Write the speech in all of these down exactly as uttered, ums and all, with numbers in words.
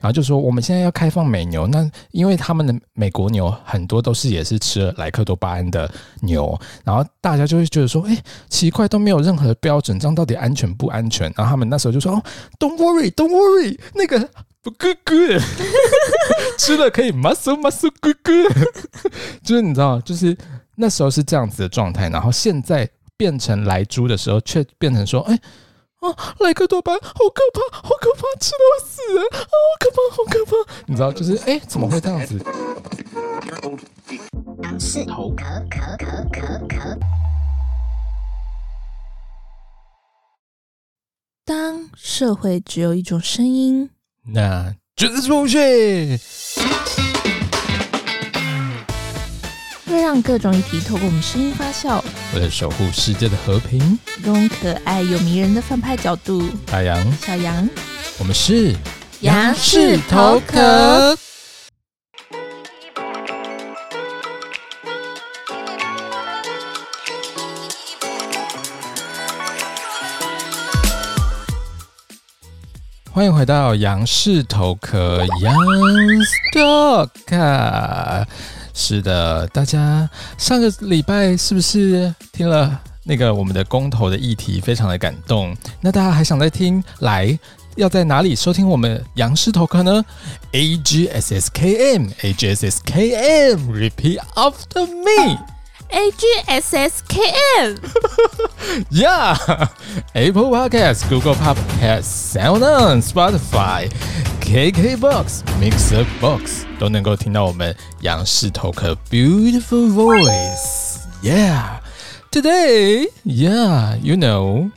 然后就说我们现在要开放美牛，那因为他们的美国牛很多都是也是吃了莱克多巴胺的牛，然后大家就会觉得说，哎，奇怪，都没有任何的标准，这样到底安全不安全？然后他们那时候就说，哦 ，Don't worry, Don't worry， 那个不 good good， 吃了可以 muscle muscle good good， 就是你知道，就是那时候是这样子的状态，然后现在变成莱猪的时候，却变成说，哎。哦，莱克多巴好可怕，好可怕，吃了会死人，好可怕，好可怕！你知道，就是哎、欸，怎么会这样子？是头壳壳壳壳壳。 当社会只有一种声音， 那就是出去。 会让各种议题透过我们声音发酵， 为了守护世界的和平， 用可爱又迷人的反派角度， 大洋、 小羊， 我们是杨氏头壳。 欢迎回到杨氏头壳 Young's Talk。是的，大家上个礼拜是不是听了那个我们的公投的议题，非常的感动？那大家还想再听？来，要在哪里收听我们杨氏头壳呢 ？A G S S K M A G S S K M Repeat after me A G S S K M Yeah Apple Podcast Google Podcast SoundOn Spotify K K Box Mixer Box 都能够听到我们杨氏头壳 Beautiful Voice Yeah Today Yeah You know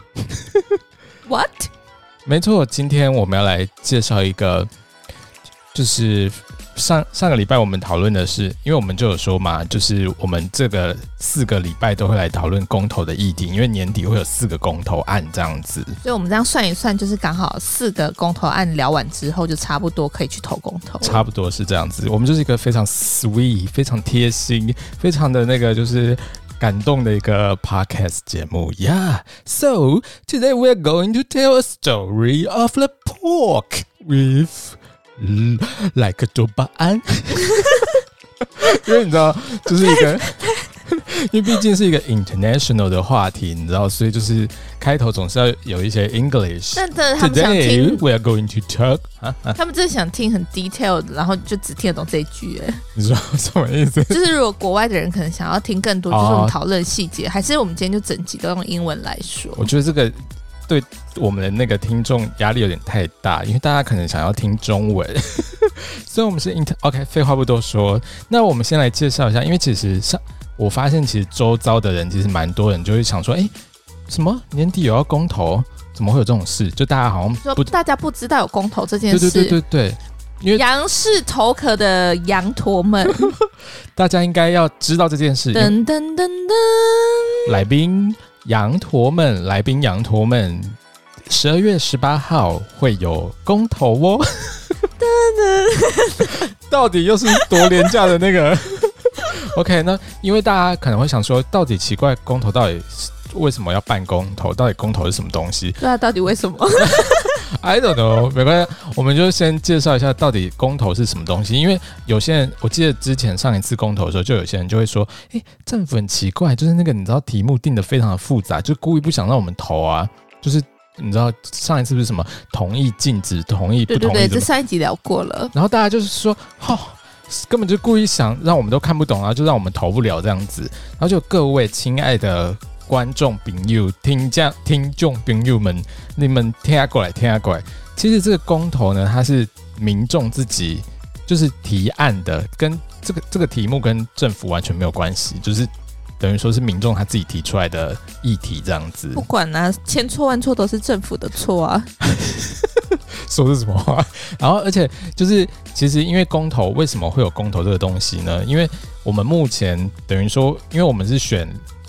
What 没错，今天我们要来介绍一个就是上上个礼拜我们讨论的是，因为我们就有说嘛，就是我们这个四个礼拜都会来讨论公投的议题，因为年底会有四个公投案这样子， 所以我们这样算一算，就是刚好四个公投案聊完之后，就差不多可以去投公投。 差不多是这样子，我们就是一个非常 sweet、非常贴心、非常的那个就是感动的一个 podcast 节目 Yeah, so today we're going to tell a story of the pork with莱克多巴胺因为你知道就是一个因为毕竟是一个 international 的话题，你知道，所以就是开头总是要有一些 English。 但他们想听 Today we are going to talk 啊啊他们真的想听很 detailed， 然后就只听得懂这一句。 你说什么意思？ 就是如果国外的人可能想要听更多，就是我们讨论细节，还是我们今天就整集都用英文来说？ 我觉得这个对我们的那个听众压力有点太大，因为大家可能想要听中文所以我们是 inter OK 废话不多说，那我们先来介绍一下，因为其实上我发现其实周遭的人其实蛮多人就会想说，哎，什么年底有要公投，怎么会有这种事？就大家好像不说大家不知道有公投这件事。 对对对对对，因为杨氏头壳的羊驼们大家应该要知道这件事。 噔噔噔噔， 来宾羊驼们，来宾羊驼们，十二月十八号会有公投哦。到底又是多廉价的那个？OK， 那因为大家可能会想说，到底奇怪，公投到底为什么要办公投？到底公投是什么东西？ 对啊，到底为什么 ？I don't know， 没关系，我们就先介绍一下到底公投是什么东西。因为有些人，我记得之前上一次公投的时候，就有些人就会说，哎，政府很奇怪，就是那个你知道题目定得非常的复杂，就故意不想让我们投啊，就是。你知道上一次不是什么同意禁止、同意不同意？ 对对对，这上一集聊过了。 然后大家就是说，哦，根本就故意想让我们都看不懂，然后就让我们投不了这样子。然后就各位亲爱的观众朋友、听众听众朋友们，你们听过来，听过来。其实这个公投呢，它是民众自己就是提案的，跟这个这个题目跟政府完全没有关系，就是。等于说是民众他自己提出来的议题这样子， 不管啊，千错万错都是政府的错啊。 说是什么话？然后而且就是其实因为公投为什么会有公投这个东西呢？因为我们目前等于说，因为我们是选，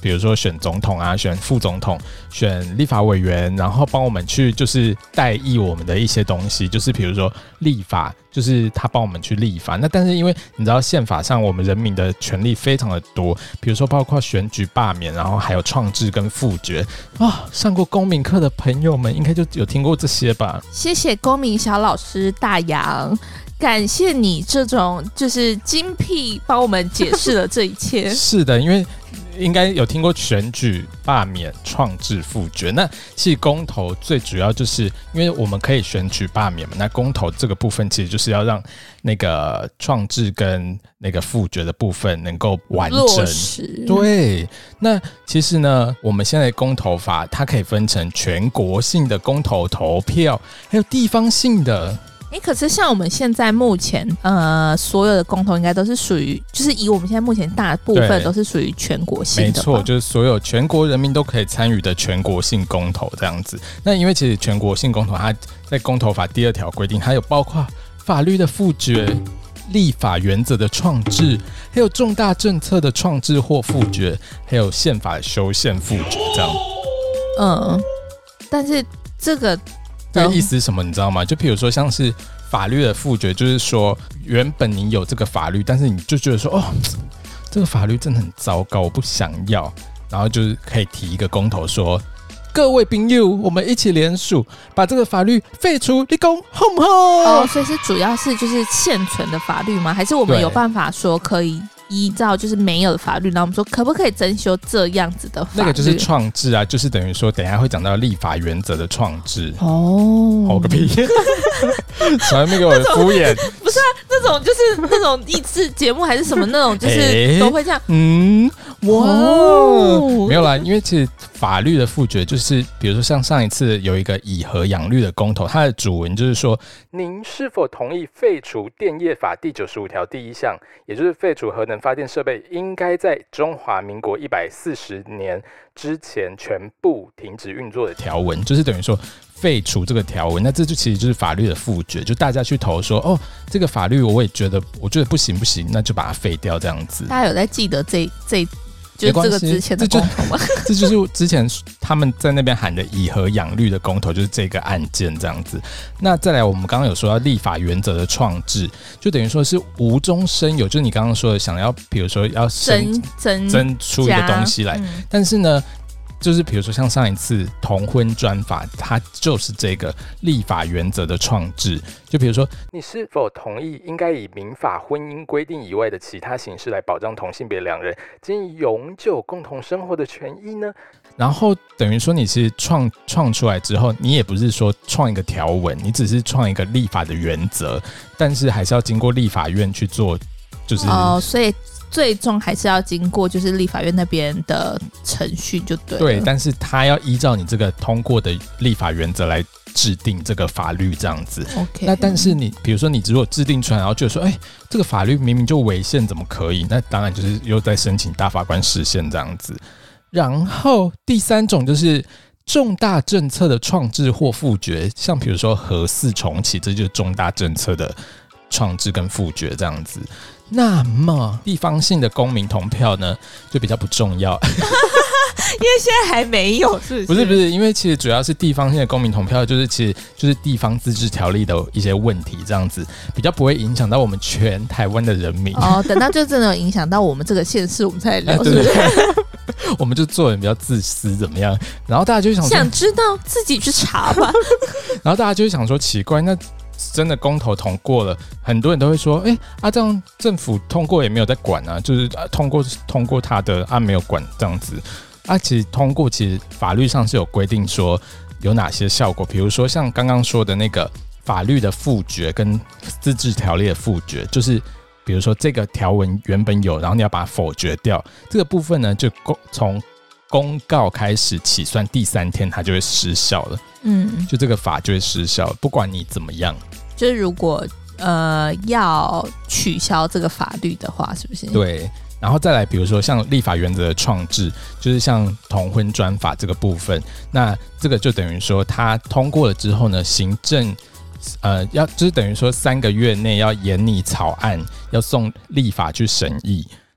比如说选总统啊，选副总统，选立法委员，然后帮我们去就是代议我们的一些东西，就是比如说立法，就是他帮我们去立法。那但是因为你知道宪法上我们人民的权利非常的多，比如说包括选举、罢免，然后还有创制跟复决啊、哦。上过公民课的朋友们应该就有听过这些吧？ 谢谢公民小老师大杨。感谢你这种就是精辟帮我们解释了这一切。 是的，因为应该有听过选举、罢免、创制、复决。那其实公投最主要就是因为我们可以选举、罢免嘛，那公投这个部分其实就是要让那个创制跟那个复决的部分能够完整。对，那其实呢，我们现在的公投法它可以分成全国性的公投投票，还有地方性的。 欸、可是像我们现在目前呃所有的公投应该都是属于，就是以我们现在目前大部分都是属于全国性的， 没错，就是所有全国人民都可以参与的全国性公投这样子。那因为其实全国性公投它在公投法第二条规定，它有包括法律的复决、立法原则的创制，还有重大政策的创制或复决，还有宪法修宪复决这样。 嗯，但是这个这个意思是什么你知道吗？就譬如说像是法律的复决，就是说原本你有这个法律，但是你就觉得说哦，这个法律真的很糟糕，我不想要，然后就是可以提一个公投说，各位朋友，我们一起联署把这个法律废除，你说好不好？ 哦，所以是主要是就是现存的法律吗？还是我们有办法说可以依照就是没有的法律，然后我们说可不可以增修这样子的法律？ 那个就是创制啊，就是等于说等一下会讲到立法原则的创制。 哦， 好个屁！从来没给我敷衍。 不是啊，那种就是那种益智节目还是什么那种，就是都会这样。欸、 嗯，哇、哦，没有啦，因为其实法律的复决就是，比如说像上一次有一个以核养绿的公投，它的主文就是说，您是否同意废除电业法第九十五条第一项，也就是废除核能发电设备应该在中华民国一百四十年之前全部停止运作的条文，就是等于说废除这个条文。那这就其实就是法律的复决，就大家去投说，哦，这个法律我也觉得，我觉得不行不行，那就把它废掉这样子。 大家有在记得这这？就是这个之前的公投吗？ 这就是之前他们在那边喊的以核养绿的公投，就是这个案件这样子。那再来，我们刚刚有说到立法原则的创制，就等于说是无中生有，就是你刚刚说的想要，比如说要增增增出一个东西来，嗯、但是呢。就是比如说像上一次同婚专法，它就是这个立法原则的创制。就比如说，你是否同意应该以民法婚姻规定以外的其他形式来保障同性别两人经永久共同生活的权益呢？然后等于说你是创创出来之后，你也不是说创一个条文，你只是创一个立法的原则，但是还是要经过立法院去做，就是哦，所以。最终还是要经过就是立法院那边的程序就对了。 对，但是他要依照你这个通过的立法原则来制定这个法律这样子。 OK。 那但是你比如说你如果制定出来，然后觉得说，哎、欸，这个法律明明就违宪，怎么可以？那当然就是又在申请大法官释宪这样子。然后第三种就是重大政策的创制或复决，像比如说核四重启，这就是重大政策的创制跟复决这样子。那么地方性的公民投票呢，就比较不重要，因为现在还没有，是不是？ 不是不是，因为其实主要是地方性的公民投票，就是其实就是地方自治条例的一些问题，这样子比较不会影响到我们全台湾的人民。 哦，等到就真的有影响到我们这个县市，我们再来聊， 是不是？我们就做人比较自私，怎么样？然后大家就想说， 想知道自己去查吧。 然后大家就会想说，奇怪，那。真的公投通过了，很多人都会说，哎、欸，啊，这样政府通过也没有在管啊，就是、啊、通过通过他的啊，没有管这样子啊。其实通过，其实法律上是有规定说有哪些效果，比如说像刚刚说的那个法律的复决跟自治条例的复决，就是比如说这个条文原本有，然后你要把它否决掉，这个部分呢，就从公告开始起算第三天，它就会失效了。嗯，就这个法就会失效了，不管你怎么样。 就是如果呃要取消这个法律的话，是不是？ 对，然后再来，比如说像立法原则的创制，就是像同婚专法这个部分，那这个就等于说它通过了之后呢，行政呃要就是等于说三个月内要研拟草案，要送立法去审议。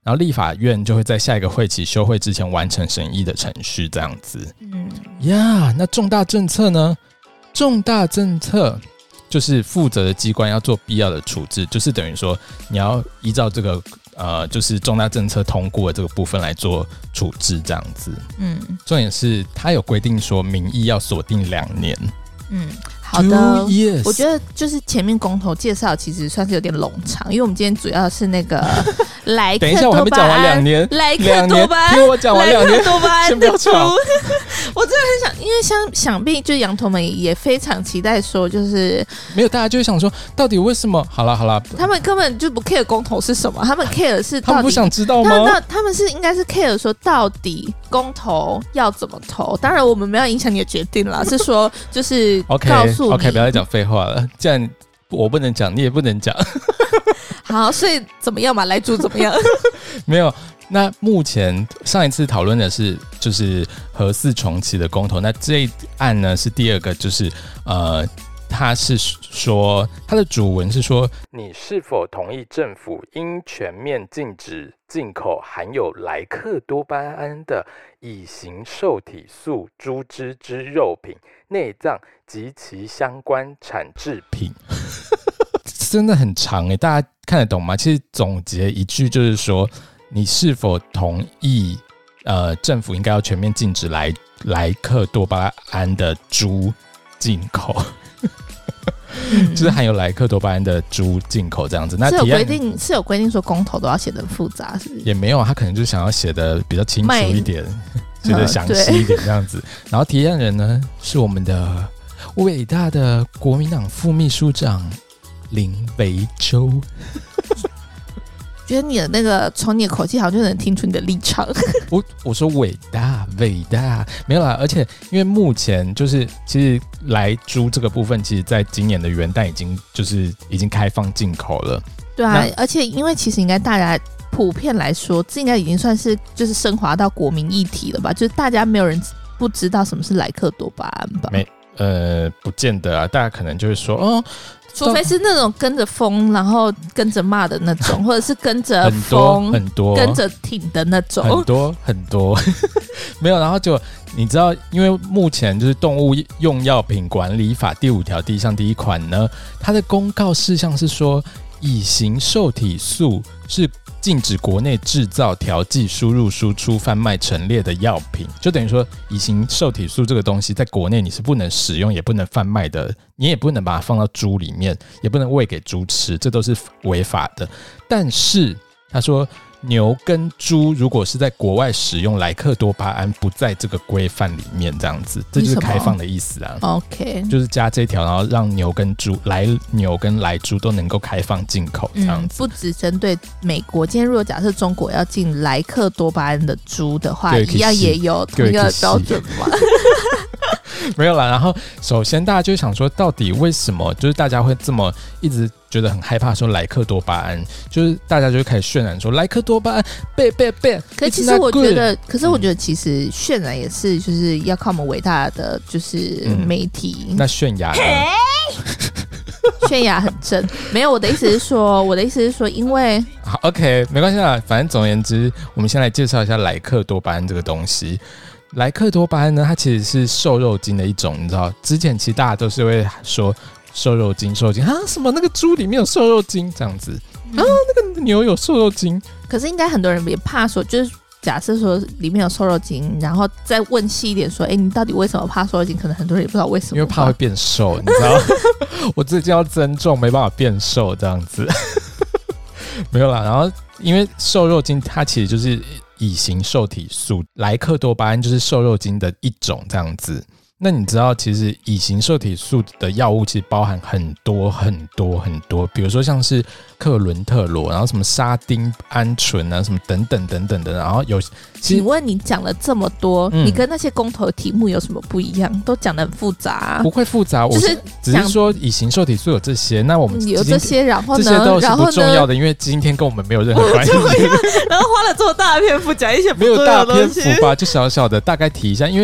然后立法院就会在下一个会期休会之前完成审议的程序，这样子。 嗯呀， yeah, 那重大政策呢？重大政策就是负责的机关要做必要的处置，就是等于说你要依照这个呃，就是重大政策通过的这个部分来做处置，这样子。嗯，重点是它有规定说民意要锁定两年。 嗯，好的。Yes. 我觉得就是前面公投介绍其实算是有点冗长，因为我们今天主要是那个莱克多巴胺。 等一下，我还没讲完两年。 莱克多巴胺， 听我讲完两年。莱克多巴胺的猪，我真的很想，因为想想必就羊驼们也非常期待说，就是没有大家就会想说，到底为什么？好啦好啦， 他们根本就不 care 公投是什么，他们 care 是到底他们不想知道吗？ 他们, 他们是应该是 care 说到底公投要怎么投。当然我们没有影响你的决定啦，是说就是告诉你 OK OK， 不要再讲废话了。既然我不能讲，你也不能讲。 好，所以怎么样嘛？莱猪怎么样？ 没有。那目前上一次讨论的是就是核四重启的公投，那这一案呢是第二个，就是呃，他是说他的主文是说，你是否同意政府应全面禁止进口含有莱克多巴胺的乙型受体素猪只之肉品、内脏及其相关产制品。真的很长耶，大家看得懂吗？其实总结一句就是说，你是否同意呃，政府应该要全面禁止莱莱克多巴胺的猪进口？嗯、就是含有莱克多巴胺的猪进口这样子。那是有规定，是有规定说公投都要写得很复杂，是不是？ 也没有，他可能就是想要写的比较清楚一点，写的详细一点这样子。然后提案人呢是我们的伟大的国民党副秘书长林维洲。 觉得你的那个从你的口气好像就能听出你的立场。 我我说伟大伟大没有啦，而且因为目前就是其实莱猪这个部分，其实在今年的元旦已经就是已经开放进口了。 对啊，而且因为其实应该大家普遍来说，这应该已经算是就是升华到国民议题了吧？就是大家没有人不知道什么是莱克多巴胺吧？ 没呃，不见得啊，大家可能就会说哦。 除非是那种跟着风然后跟着骂的那种，或者是跟着风很多跟着挺的那种， 很多很多没有。然后就你知道，因为目前就是动物用药品管理法第五条第一项第一款呢，它的公告事项是说，乙型受体素是禁止国内制造、调剂、输入、输出、贩卖、陈列的药品，就等于说乙型受体素这个东西在国内你是不能使用也不能贩卖的，你也不能把它放到猪里面，也不能喂给猪吃，这都是违法的。但是他说牛跟猪如果是在国外使用莱克多巴胺不在这个规范里面，这样子，这就是开放的意思啊。 OK， 就是加这条，然后让牛跟猪、莱牛跟莱猪都能够开放进口，这样子。嗯、 不只针对美国，今天如果假设中国要进莱克多巴胺的猪的话，一样也有同一个标准吗？ 没有啦。然后首先大家就想说，到底为什么就是大家会这么一直觉得很害怕说莱克多巴胺，就是大家就会开始渲染说莱克多巴胺背背背。 可是其实我觉得，可是我觉得其实渲染也是就是要靠我们伟大的就是媒体。 嗯、那泫雅呢？ 泫雅很正，没有我的意思是说，我的意思是说，因为好 OK 没关系啦，反正总而言之，我们先来介绍一下莱克多巴胺这个东西。莱克多巴胺呢，它其实是瘦肉精的一种，你知道，之前其实大家都是会说瘦肉精、瘦肉精啊，什么那个猪里面有瘦肉精这样子、嗯、啊，那个牛有瘦肉精。 可是应该很多人也怕说，就是假设说里面有瘦肉精，然后再问细一点说，哎、欸，你到底为什么怕瘦肉精？可能很多人也不知道为什么， 因为怕会变瘦，你知道，我最近要增重，没办法变瘦这样子，没有啦。然后因为瘦肉精它其实就是乙型受体素，莱克多巴胺就是瘦肉精的一种这样子。那你知道其实乙型受体素的药物其实包含很多很多很多，比如说像是克伦特罗，然后什么沙丁胺醇啊，什么等等等等的，然后有。 请问你讲了这么多、嗯、你跟那些公投题目有什么不一样？都讲得很复杂、啊、 不会复杂，我是只是说乙型受体素有这些，那我们有这些，然后呢这些都是不重要的，因为今天跟我们没有任何关系。 然后花了这么大的篇幅讲一些不重要的东西， 没有大篇幅吧，就小小的大概提一下，因为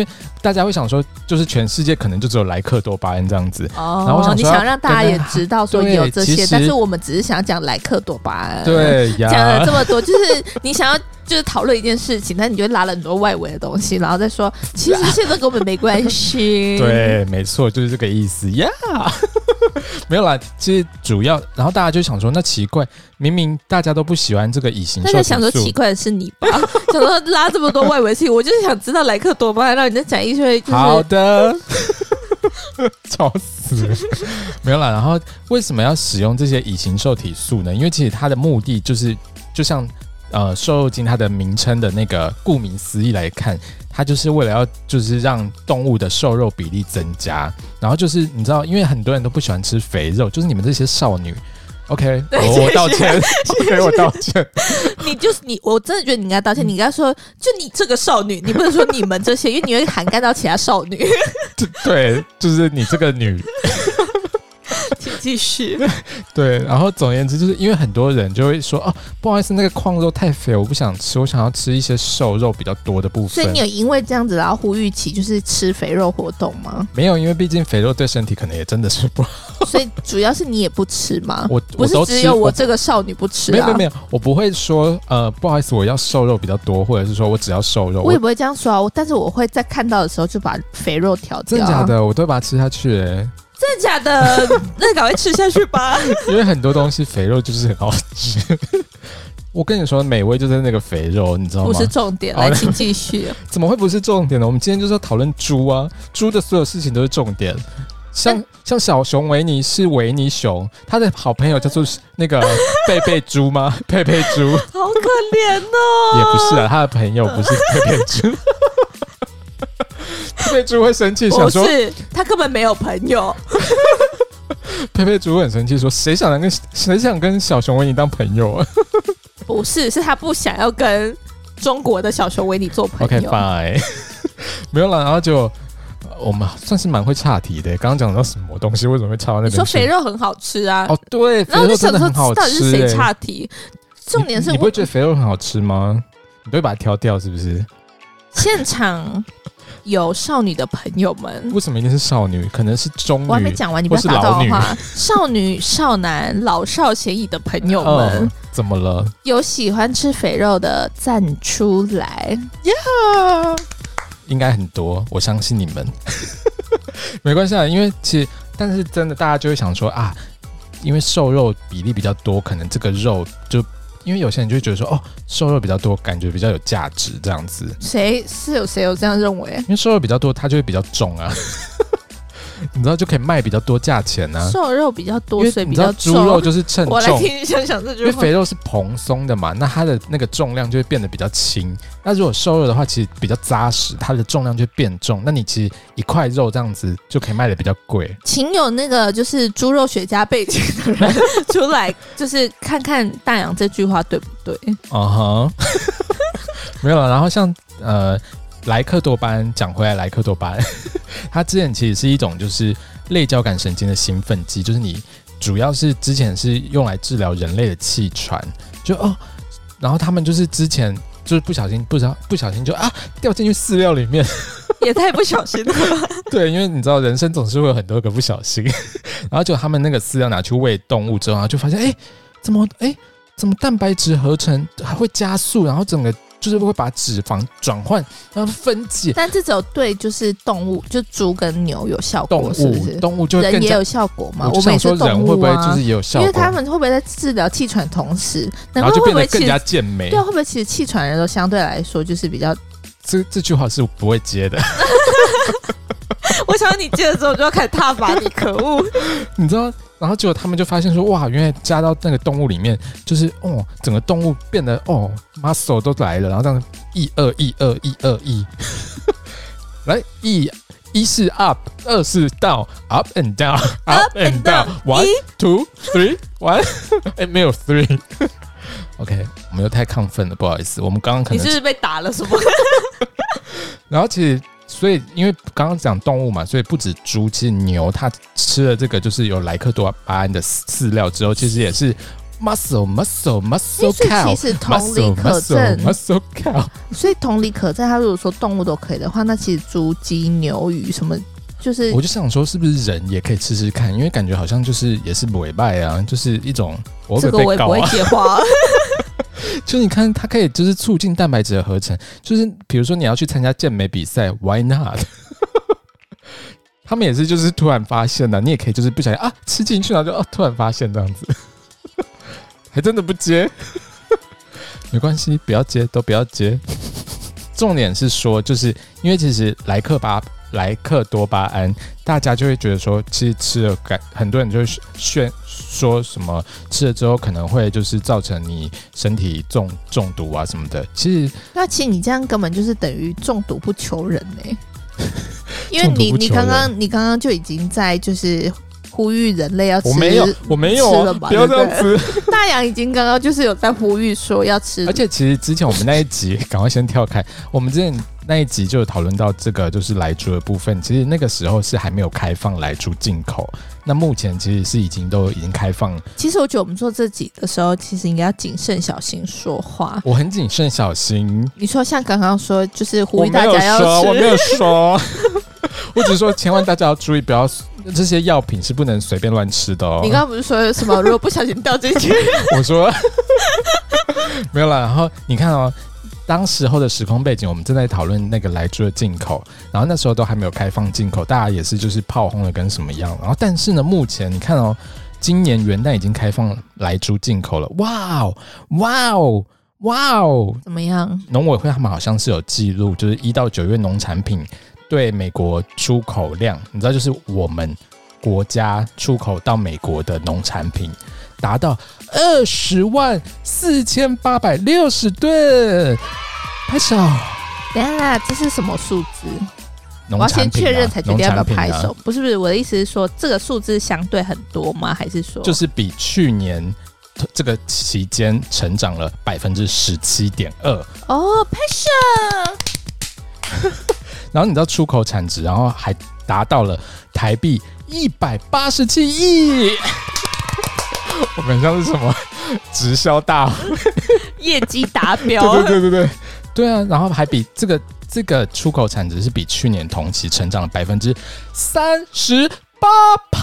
大家会想说，就是全世界可能就只有莱克多巴胺这样子。 哦， 然后我想说你想让大家也知道说有这些， 对其实但是我们只是想讲莱克多巴胺。 对呀， 讲了这么多，就是你想要就是讨论一件事情，但你就拉了很多外围的东西，然后再说其实现在跟我们没关系。 对，没错，就是这个意思呀。没有啦，其实主要，然后大家就想说，那奇怪，明明大家都不喜欢这个乙型受体素， 大家想说奇怪的是你吧？想说拉这么多外围性，我就是想知道莱克多巴胺，让你再讲一堆、就是。 好的。吵死了，没有啦。然后为什么要使用这些乙型受体素呢？因为其实它的目的就是，就像呃瘦肉精它的名称的那个顾名思义来看，它就是为了要就是让动物的瘦肉比例增加。然后就是你知道，因为很多人都不喜欢吃肥肉，就是你们这些少女。OK， 我, 我道歉。OK， 我道歉。 你就是你，我真的觉得你应该道歉。你应该说，就你这个少女，你不能说你们这些，因为你会涵盖到其他少女。 对，就是你这个女。 请继续。 对，然后总而言之，就是因为很多人就会说，哦，不好意思，那个矿肉太肥，我不想吃，我想要吃一些瘦肉比较多的部分。 所以你有因为这样子然后呼吁起就是吃肥肉活动吗？ 没有，因为毕竟肥肉对身体可能也真的是不好。 所以主要是你也不吃吗？ 我不是只有我这个少女不吃、啊、 没有没有没有，我不会说呃不好意思我要瘦肉比较多，或者是说我只要瘦肉。 我也不会这样说啊，但是我会在看到的时候就把肥肉挑掉、啊。 真的假的？我都会把它吃下去、欸。 真的假的？那赶快吃下去吧。 因为很多东西肥肉就是很好吃。我跟你说，美味就是那个肥肉，你知道吗？ 不是重点，来，请继续。 怎么会不是重点呢？我们今天就是要讨论猪啊，猪的所有事情都是重点。像像小熊维尼是维尼熊，他的好朋友叫做那个贝贝猪吗？佩佩猪， 好可怜哦。 也不是啊，他的朋友不是佩佩猪。佩佩猪会生气，想说不是他根本没有朋友。 佩佩猪很生气，说谁想跟谁想跟小熊维尼当朋友啊？ 不是，是他不想要跟中国的小熊维尼做朋友。 OK fine， 没有啦，然后就我们算是蛮会岔题的。刚刚讲到什么东西，为什么会岔到那边？ 你说肥肉很好吃啊？ 哦，对， 然后就想说到底是谁岔题？重点是你，你不会觉得肥肉很好吃吗？你不会把它挑掉是不是？ 现场有少女的朋友们， 为什么一定是少女？可能是中女， 我还没讲完，你不要打断我话。少女、少男、老少咸宜的朋友们、嗯， 怎么了？ 有喜欢吃肥肉的站出来呀！ Yeah! 应该很多，我相信你们。没关系啊，因为其实，但是真的，大家就会想说啊，因为瘦肉比例比较多，可能这个肉就。因为有些人就会觉得说，哦，瘦肉比较多，感觉比较有价值，这样子。 谁是有谁有这样认为？ 因为瘦肉比较多，它就会比较重啊，你知道就可以卖比较多价钱啊。 瘦肉比较多，所以比较重。 猪肉就是称重。 我来听你想想这句话。 因为肥肉是蓬松的嘛，那它的那个重量就会变得比较轻。那如果瘦肉的话，其实比较扎实，它的重量就会变重。那你其实一块肉这样子就可以卖的比较贵。 请有那个就是猪肉学家背景的人出来，就是看看大洋这句话对不对？ 嗯哼、uh-huh ，没有了。然后像呃莱克多巴胺，讲回来，莱克多巴胺，它之前其实是一种就是类交感神经的兴奋剂，就是你主要是之前是用来治疗人类的气喘，就哦，然后他们就是之前就是不小心不知道不小心就啊掉进去饲料里面。 也太不小心了吧。 对，因为你知道人生总是会有很多个不小心，然后就他们那个饲料拿去喂动物之后，然后就发现哎，怎么哎怎么蛋白质合成还会加速，然后整个就是会把脂肪转换然后分解。 但这只有对就是动物，就猪跟牛有效果，是不是？ 动物就会更人也有效果吗？ 我想说人会不会就是也有效果？ 因为他们会不会在治疗气喘同时， 然后就变得更加健美？ 对啊，会不会其实气喘人都相对来说就是比较？ 这这句话是我不会接的。 我想你接了之后就要开始挞伐你，可恶！ 你知道，然后结果他们就发现说，哇，原来加到那个动物里面，就是哦，整个动物变得哦 ，muscle 都来了，然后这样一二一二一二一，来一一是 up， 二是 down， up and down，up and down，one two three one， 哎，没有 three。OK， 我们又太亢奋了，不好意思，我们刚刚可能你是不是被打了什么？ 然后其实，所以因为刚刚讲动物嘛，所以不止猪，其实牛它吃了这个就是有莱克多巴胺的饲料之后，其实也是 muscle muscle muscle 所以 cow， 其实同理可 muscle 证 muscle cow。 所以同理可证，他如果说动物都可以的话，那其实猪、鸡、牛、鱼什么，就是我就想说，是不是人也可以吃吃看？因为感觉好像就是也是违败啊，就是一种我会不会被告啊？ 这个我也不会接话。 就你看，它可以就是促进蛋白质的合成，就是比如说你要去参加健美比赛 ，Why not？ 他们也是就是突然发现的、啊，你也可以就是不小心啊吃进去，然后就啊突然发现这样子，还真的不接，没关系，不要接，都不要接。重点是说，就是因为其实莱克巴莱克多巴胺，大家就会觉得说，其实吃了感，很多人就会炫说什么吃了之后可能会就是造成你身体中中毒啊什么的。其实， 那其实你这样根本就是等于中毒不求人呢、欸，因为你你刚刚你刚刚就已经在就是呼吁人类要吃， 我没有我没有、啊，不要这样子。 大洋已经刚刚就是有在呼吁说要吃， 而且其实之前我们那一集赶快先跳开，我们之前那一集就有讨论到这个就是莱猪的部分，其实那个时候是还没有开放莱猪进口，那目前其实是已经都已经开放。 其实我觉得我们做这集的时候，其实应该要谨慎小心说话。 我很谨慎小心。 你说像刚刚说，就是呼吁大家要吃， 我没有说，我没有说，我只是说千万大家要注意，不要这些药品是不能随便乱吃的哦。 你刚刚不是说什么？如果不小心掉进去， 我说没有啦。然后你看哦。当时候的时空背景，我们正在讨论那个莱猪的进口，然后那时候都还没有开放进口，大家也是就是炮轰的跟什么样。然后但是呢，目前你看哦，今年元旦已经开放莱猪进口了，哇哦，哇哦，哇哦， 怎么样？ 农委会他们好像是有记录，就是一到九月农产品对美国出口量，你知道，就是我们国家出口到美国的农产品达到二十万四千八百六十吨，拍手！ 等一下，这是什么数字？ 我要先确认才决定要不要拍手。 啊、 不是不是，我的意思是说，这个数字相对很多吗？还是说， 就是比去年这个期间成长了百分之十七点二？ 哦，拍手！ 然后你知道出口产值，然后还达到了台币一百八十七亿。我们像是什么直销大会， 业绩达标。 对对对对对对啊！然后还比这个这个出口产值是比去年同期成长了百分之三十八趴，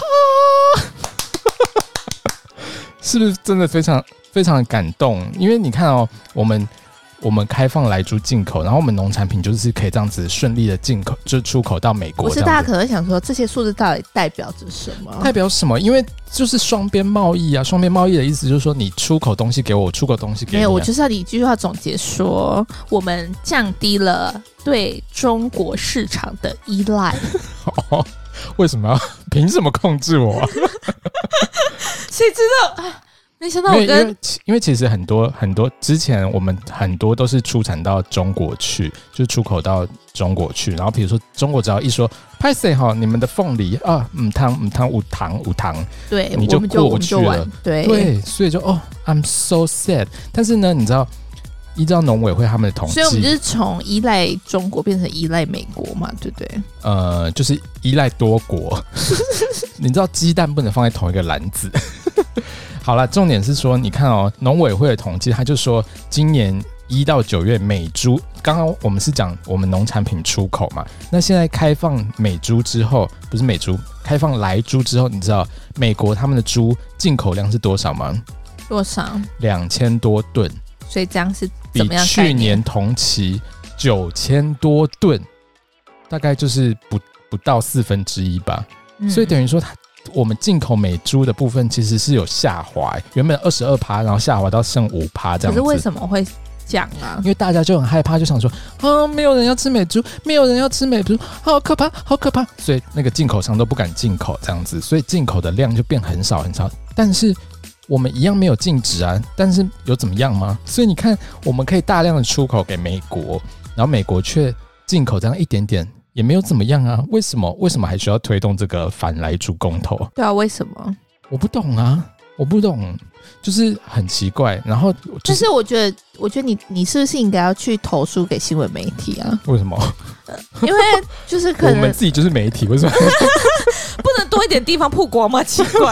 是不是真的非常非常的感动？因为你看哦，我们。我们开放莱猪进口，然后我们农产品就是可以这样子顺利的进口，就是出口到美国。 不是，大家可能想说这些数字到底代表着什么？ 代表什么？因为就是双边贸易啊，双边贸易的意思就是说，你出口东西给我，我出口东西给你、啊。 没有，我就是要你一句话总结说，我们降低了对中国市场的依赖。 哦，为什么要？凭什么控制我、啊？ 谁知道？没想到我跟因为因为其实很多很多之前我们很多都是出产到中国去，就是出口到中国去。然后比如说中国只要一说拍谁哈，你们的凤梨啊，嗯汤嗯汤无糖无糖， 对， 你就过不去了。 对对，所以就哦 ，I'm so sad。但是呢，你知道依照农委会他们的统计， 所以我们就是从依赖中国变成依赖美国嘛，对不对？ 呃，就是依赖多国。你知道鸡蛋不能放在同一个篮子。好了，重点是说，你看哦，农委会的统计，他就说今年一到九月美猪，刚刚我们是讲我们农产品出口嘛，那现在开放美猪之后，不是美猪，开放莱猪之后，你知道美国他们的猪进口量是多少吗？ 多少？ 两千多吨。 所以这样是怎么样？ 比去年同期九千多吨，大概就是不不到四分之一吧。嗯、所以等于说它。我们进口美猪的部分其实是有下滑，原本二十二趴，然后下滑到剩五趴这样子。 可是为什么会这样啊？ 因为大家就很害怕，就想说啊，没有人要吃美猪，没有人要吃美猪，好可怕，好可怕，所以那个进口商都不敢进口这样子，所以进口的量就变很少很少。但是我们一样没有禁止啊，但是有怎么样吗？所以你看，我们可以大量的出口给美国，然后美国却进口这样一点点。也没有怎么样啊，为什么？为什么还需要推动这个反莱猪公投？ 对啊，为什么？ 我不懂啊，我不懂，就是很奇怪。然后、就是， 但是我觉得，我觉得你你是不是应该要去投诉给新闻媒体啊？ 为什么？ 呃、因为就是可能我们自己就是媒体，为什么不能多一点地方曝光吗？奇怪，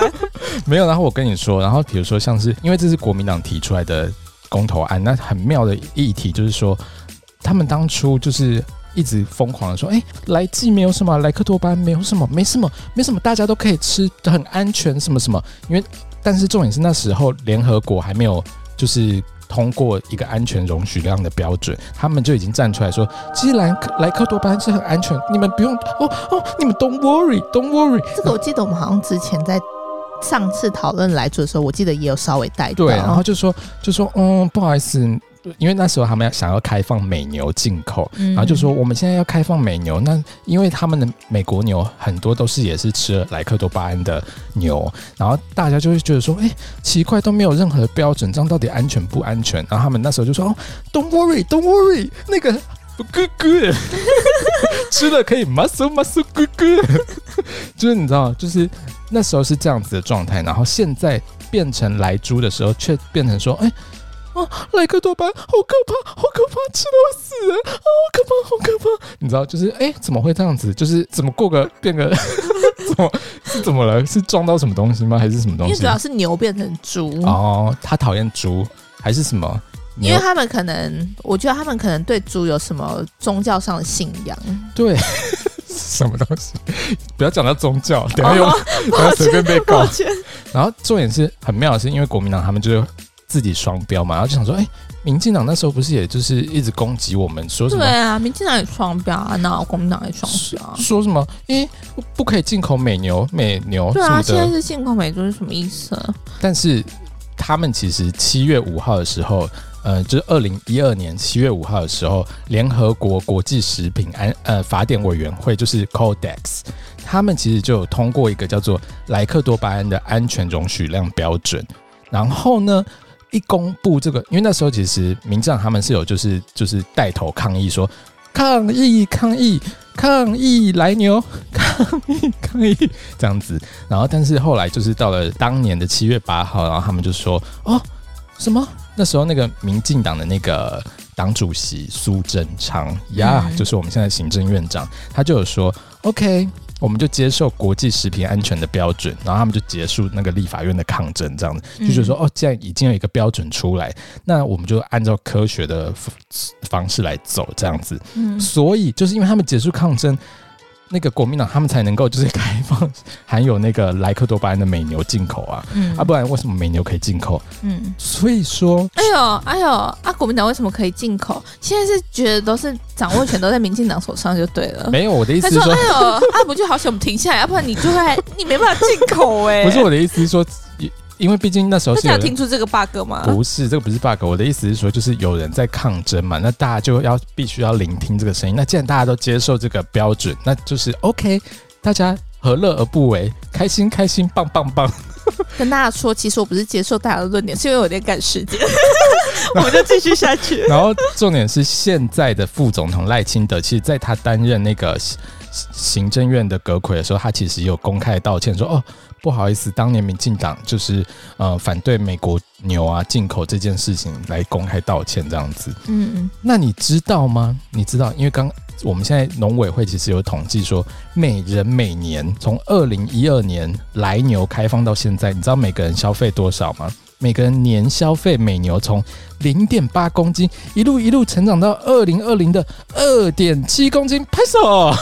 没有。然后我跟你说，然后比如说像是因为这是国民党提出来的公投案，那很妙的议题就是说，他们当初就是一直疯狂的说，哎、欸，莱剂没有什么，莱克多巴胺没有什么，没什么，没什么，大家都可以吃，很安全，什么什么。因为但是重点是那时候联合国还没有就是通过一个安全容许量的标准，他们就已经站出来说，其实莱克莱克多巴胺是很安全，你们不用哦哦，你们 don't worry don't worry。 这个我记得我们好像之前在上次讨论来做的时候，我记得也有稍微带到。 对，然后就说就说嗯，不好意思。因为那时候他们想要开放美牛进口，嗯、然后就说我们现在要开放美牛，那因为他们的美国牛很多都是也是吃了莱克多巴胺的牛，然后大家就会觉得说，哎、欸，奇怪，都没有任何标准，这样到底安全不安全？然后他们那时候就说，哦 ，Don't worry, Don't worry， 那个 good good， 吃了可以 muscle muscle good good， 就是你知道，就是那时候是这样子的状态，然后现在变成莱猪的时候，却变成说，哎、欸。哦，莱克多巴胺好可怕，好可怕，吃了会死人，好可怕，好可怕！你知道，就是哎、欸，怎么会这样子？就是怎么过个变个，怎么是怎么了？是撞到什么东西吗？还是什么东西？ 因为主要是牛变成猪哦，他讨厌猪还是什么？ 因为他们可能，我觉得他们可能对猪有什么宗教上的信仰。 对。什么东西？不要讲到宗教，等一下又、哦、等一下随便被告。然后重点是很妙的是，因为国民党他们就是自己双标嘛，然后就想说，哎、欸，民进党那时候不是也就是一直攻击我们，说什么？ 对啊，民进党也双标啊，那国民党也双标、啊， 说什么？哎、欸，不可以进口美牛、美牛什么的。 对啊，现在是进口美猪是什么意思啊？ 但是他们其实七月五号的时候。呃，就是二零一二年七月五号的时候，联合国国际食品安呃法典委员会就是 Codex， 他们其实就有通过一个叫做莱克多巴胺的安全容许量标准。然后呢，一公布这个，因为那时候其实民进党他们是有就是就是带头抗议说抗议抗议抗议来牛抗议抗议这样子。然后但是后来就是到了当年的七月八号，然后他们就说哦什么？那时候那个民进党的那个党主席苏贞昌呀，嗯、就是我们现在行政院长，他就有说 OK， 我们就接受国际食品安全的标准，然后他们就结束那个立法院的抗争，这样子就觉得说、嗯、哦，既然已经有一个标准出来，那我们就按照科学的方式来走，这样子。嗯、所以就是因为他们结束抗争。那个国民党他们才能够就是开放含有那个莱克多巴胺的美牛进口啊，嗯、啊不然为什么美牛可以进口？嗯，所以说， 哎呦哎呦啊，国民党为什么可以进口？现在是觉得都是掌握权都在民进党手上就对了。 没有，我的意思是说， 他说哎呦啊，不就好想我们停下来，要不然你就会你没办法进口哎、欸。 不是我的意思是说。因为毕竟那时候是有人听出这个 bug 吗？ 不是，这个不是 bug。我的意思是说，就是有人在抗争嘛，那大家就要必须要聆听这个声音。那既然大家都接受这个标准，那就是 OK， 大家何乐而不为？开心开心，棒棒棒！ 跟大家说，其实我不是接受大家的论点，是因为我有点赶时间，我们就继续下去。 然后重点是，现在的副总统赖清德，其实在他担任那个行政院的阁揆的时候，他其实也有公开道歉说，哦。不好意思，当年民进党就是呃反对美国牛啊进口这件事情来公开道歉这样子。嗯，那你知道吗？你知道，因为刚我们现在农委会其实有统计说，每人每年从二零一二年来牛开放到现在，你知道每个人消费多少吗？每个人年消费美牛从 零点八公斤一路一路成长到二零二零的 二点七公斤，拍手！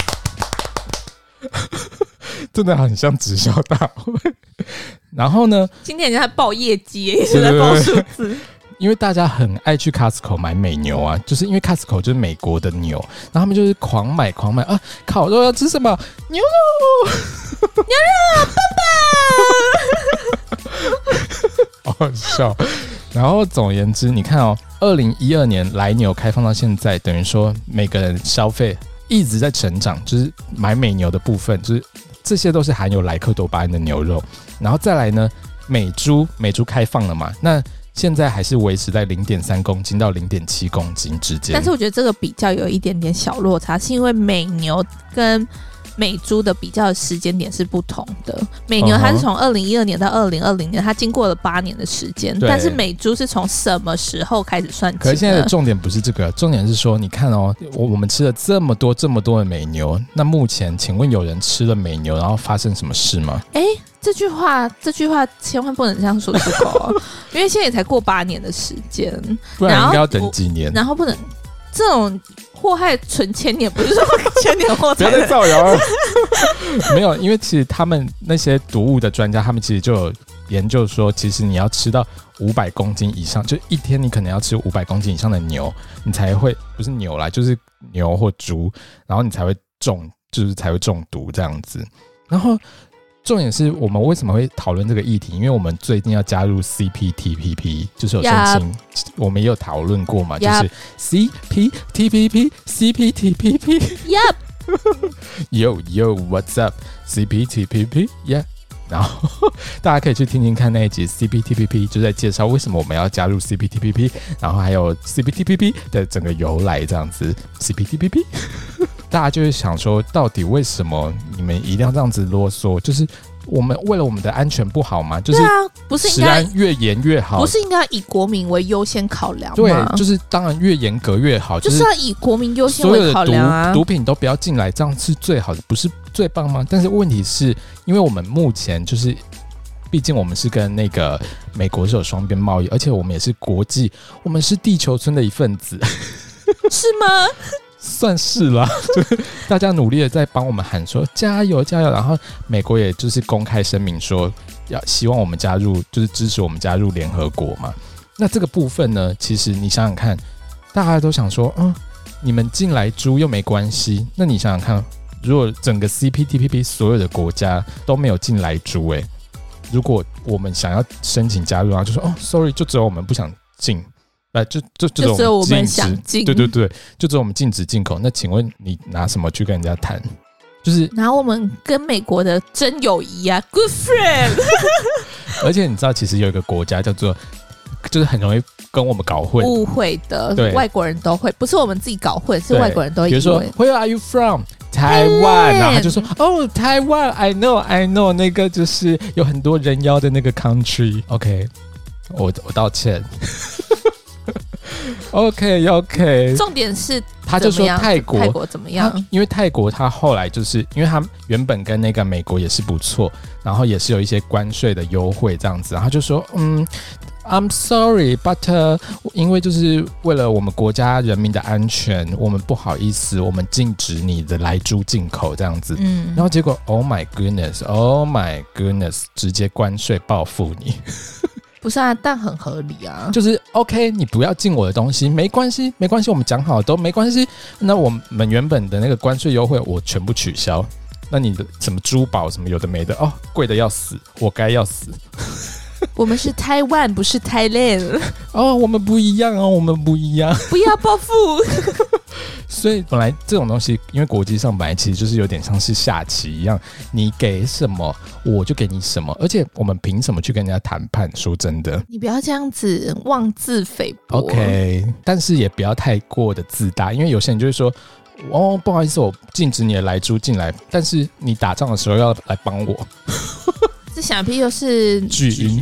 真的很像直销大会。然后呢， 今天人家在报业绩，一直在报数字。 因为大家很爱去 Costco 买美牛啊，就是因为 Costco 就是美国的牛，然后他们就是狂买狂买啊！烤肉要吃什么？牛肉， 牛肉，爸爸，好好笑。然后总而言之，你看哦，二零一二年来牛开放到现在，等于说每个人消费一直在成长，就是买美牛的部分，就是这些都是含有莱克多巴胺的牛肉。然后再来呢，美猪，美猪开放了嘛？那现在还是维持在 零点三公斤到 零点七公斤之间。 但是我觉得这个比较有一点点小落差，是因为美牛跟美猪的比较的时间点是不同的。美牛它是从二零一二年到二零二零年，它经过了八年的时间，但是美猪是从什么时候开始算起的？ 可是现在的重点不是这个，重点是说，你看哦，我我们吃了这么多这么多的美牛，那目前请问有人吃了美牛然后发生什么事吗？ 哎、欸， 这句话，这句话千万不能这样说出口、哦，因为现在也才过八年的时间， 不然应该要等几年， 然后不能这种祸害存千年，不是说千年祸害， 不要再造谣了。没有，因为其实他们那些毒物的专家，他们其实就有研究说，其实你要吃到五百公斤以上，就一天你可能要吃五百公斤以上的牛，你才会不是牛啦，就是牛或猪，然后你才会中，就是才会中毒这样子。然后重点是我们为什么会讨论这个议题？因为我们最近要加入 C P T P P， 就是有申请， yep. 我们也有讨论过嘛， yep. 就是 C P T P P C P T P P。Yep。Yo yo what's up C P T P P yeah。然后大家可以去听听看那一集 C P T P P， 就在介绍为什么我们要加入 C P T P P， 然后还有 C P T P P 的整个由来这样子。C P T P P 大家就会想说，到底为什么你们一定要这样子啰嗦？就是我们为了我们的安全不好吗？就是对啊，不是应该越严越好， 不是应该以国民为优先考量吗？ 对，就是当然越严格越好， 就是要以国民优先为考量啊。 所有的 毒, 毒品都不要进来，这样是最好的，不是最棒吗？但是问题是，因为我们目前就是，毕竟我们是跟那个美国是有双边贸易，而且我们也是国际，我们是地球村的一份子， 是吗？ 算是啦，就是大家努力的在帮我们喊说加油加油，然后美国也就是公开声明说要希望我们加入，就是支持我们加入联合国嘛。那这个部分呢，其实你想想看，大家都想说，嗯，你们进来猪又没关系，那你想想看，如果整个 C P T P P 所有的国家都没有进来猪，哎，如果我们想要申请加入，然后就说哦 ，sorry， 就只有我们不想进。呃，就就就只有我们想进， 对对对，就只有我们禁止进口。那请问你拿什么去跟人家谈？就是拿我们跟美国的真友谊啊 ，good friend。 而且你知道，其实有一个国家叫做，就是很容易跟我们搞混、 误会的， 对， 外国人都会，不是我们自己搞混，是外国人都会。 比如说 ，Where are you from？ 台湾，然后他就说，哦，台湾 ，I know，I know， 那个就是有很多人妖的那个 country。OK， 我我道歉。OK OK， 重点是他就说泰国泰国怎么样？ 因为泰国他后来就是因为他原本跟那个美国也是不错，然后也是有一些关税的优惠这样子，然后他就说嗯 I'm sorry but、uh, 因为就是为了我们国家人民的安全，我们不好意思，我们禁止你的来猪进口这样子。嗯，然后结果 Oh my goodness Oh my goodness 直接关税报复你。 不是啊，但很合理啊。 就是 OK， 你不要进我的东西，没关系，没关系，我们讲好都没关系。那我们原本的那个关税优惠我全部取消。那你的什么珠宝什么有的没的哦，贵的要死，我该要死。 我们是台湾，不是 Thailand。 哦，我们不一样哦，我们不一样。 不要报复。 所以本来这种东西，因为国际上本来其实就是有点像是下棋一样，你给什么我就给你什么，而且我们凭什么去跟人家谈判？说真的， 你不要这样子妄自菲薄。 OK， 但是也不要太过的自大，因为有些人就会说，哦，不好意思，我禁止你的来猪进来，但是你打仗的时候要来帮我。 这想必又是巨婴。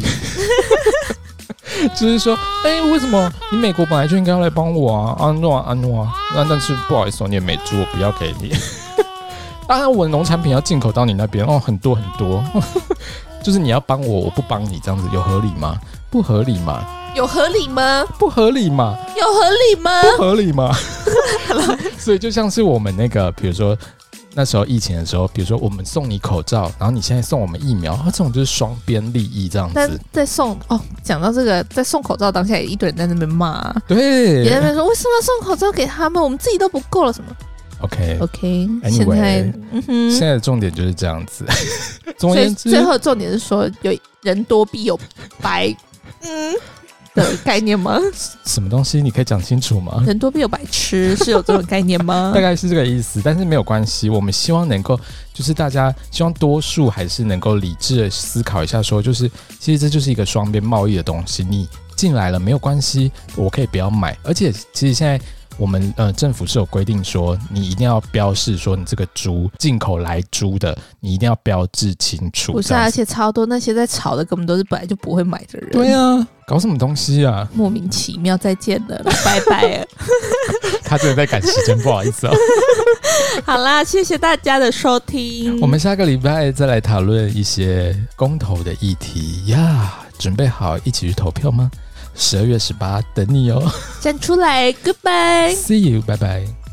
就是说，哎、欸，为什么你美国本来就应该要来帮我啊？安诺啊，安诺啊，那但是不好意思，你也没猪，我不要给你。当然，我的农产品要进口到你那边哦，很多很多。就是你要帮我，我不帮你，这样子有合理吗？不合理嘛？ 有合理吗？ 不合理嘛？ 有合理吗？ 不合理嘛？所以就像是我们那个，比如说。那时候疫情的时候，比如说我们送你口罩，然后你现在送我们疫苗，哦、这种就是双边利益这样子。 但在送哦，讲到这个，在送口罩当下，也一堆人在那边骂、啊， 对， 也在那边说为什么要送口罩给他们？我们自己都不够了什么 ？OK OK， anyway, 现在、嗯、哼现在的重点就是这样子。总而言之， 最后重点是说，有人多必有白，嗯。的概念吗？ 什么东西？你可以讲清楚吗？ 人多必有白痴，是有这种概念吗？ 大概是这个意思，但是没有关系。我们希望能够，就是大家希望多数还是能够理智的思考一下说，就是其实这就是一个双边贸易的东西，你进来了没有关系，我可以不要买。而且其实现在我们呃政府是有规定说，你一定要标示说你这个猪进口来猪的，你一定要标志清楚。 不是、啊，而且超多那些在炒的根本都是本来就不会买的人。 对啊，搞什么东西啊？ 莫名其妙，再见了，拜拜了。 他真的在赶时间，不好意思哦。 好啦，谢谢大家的收听， 我们下个礼拜再来讨论一些公投的议题呀。准备好一起去投票吗？十二月十八等你哦。 站出来 ，Goodbye，See you， 拜拜。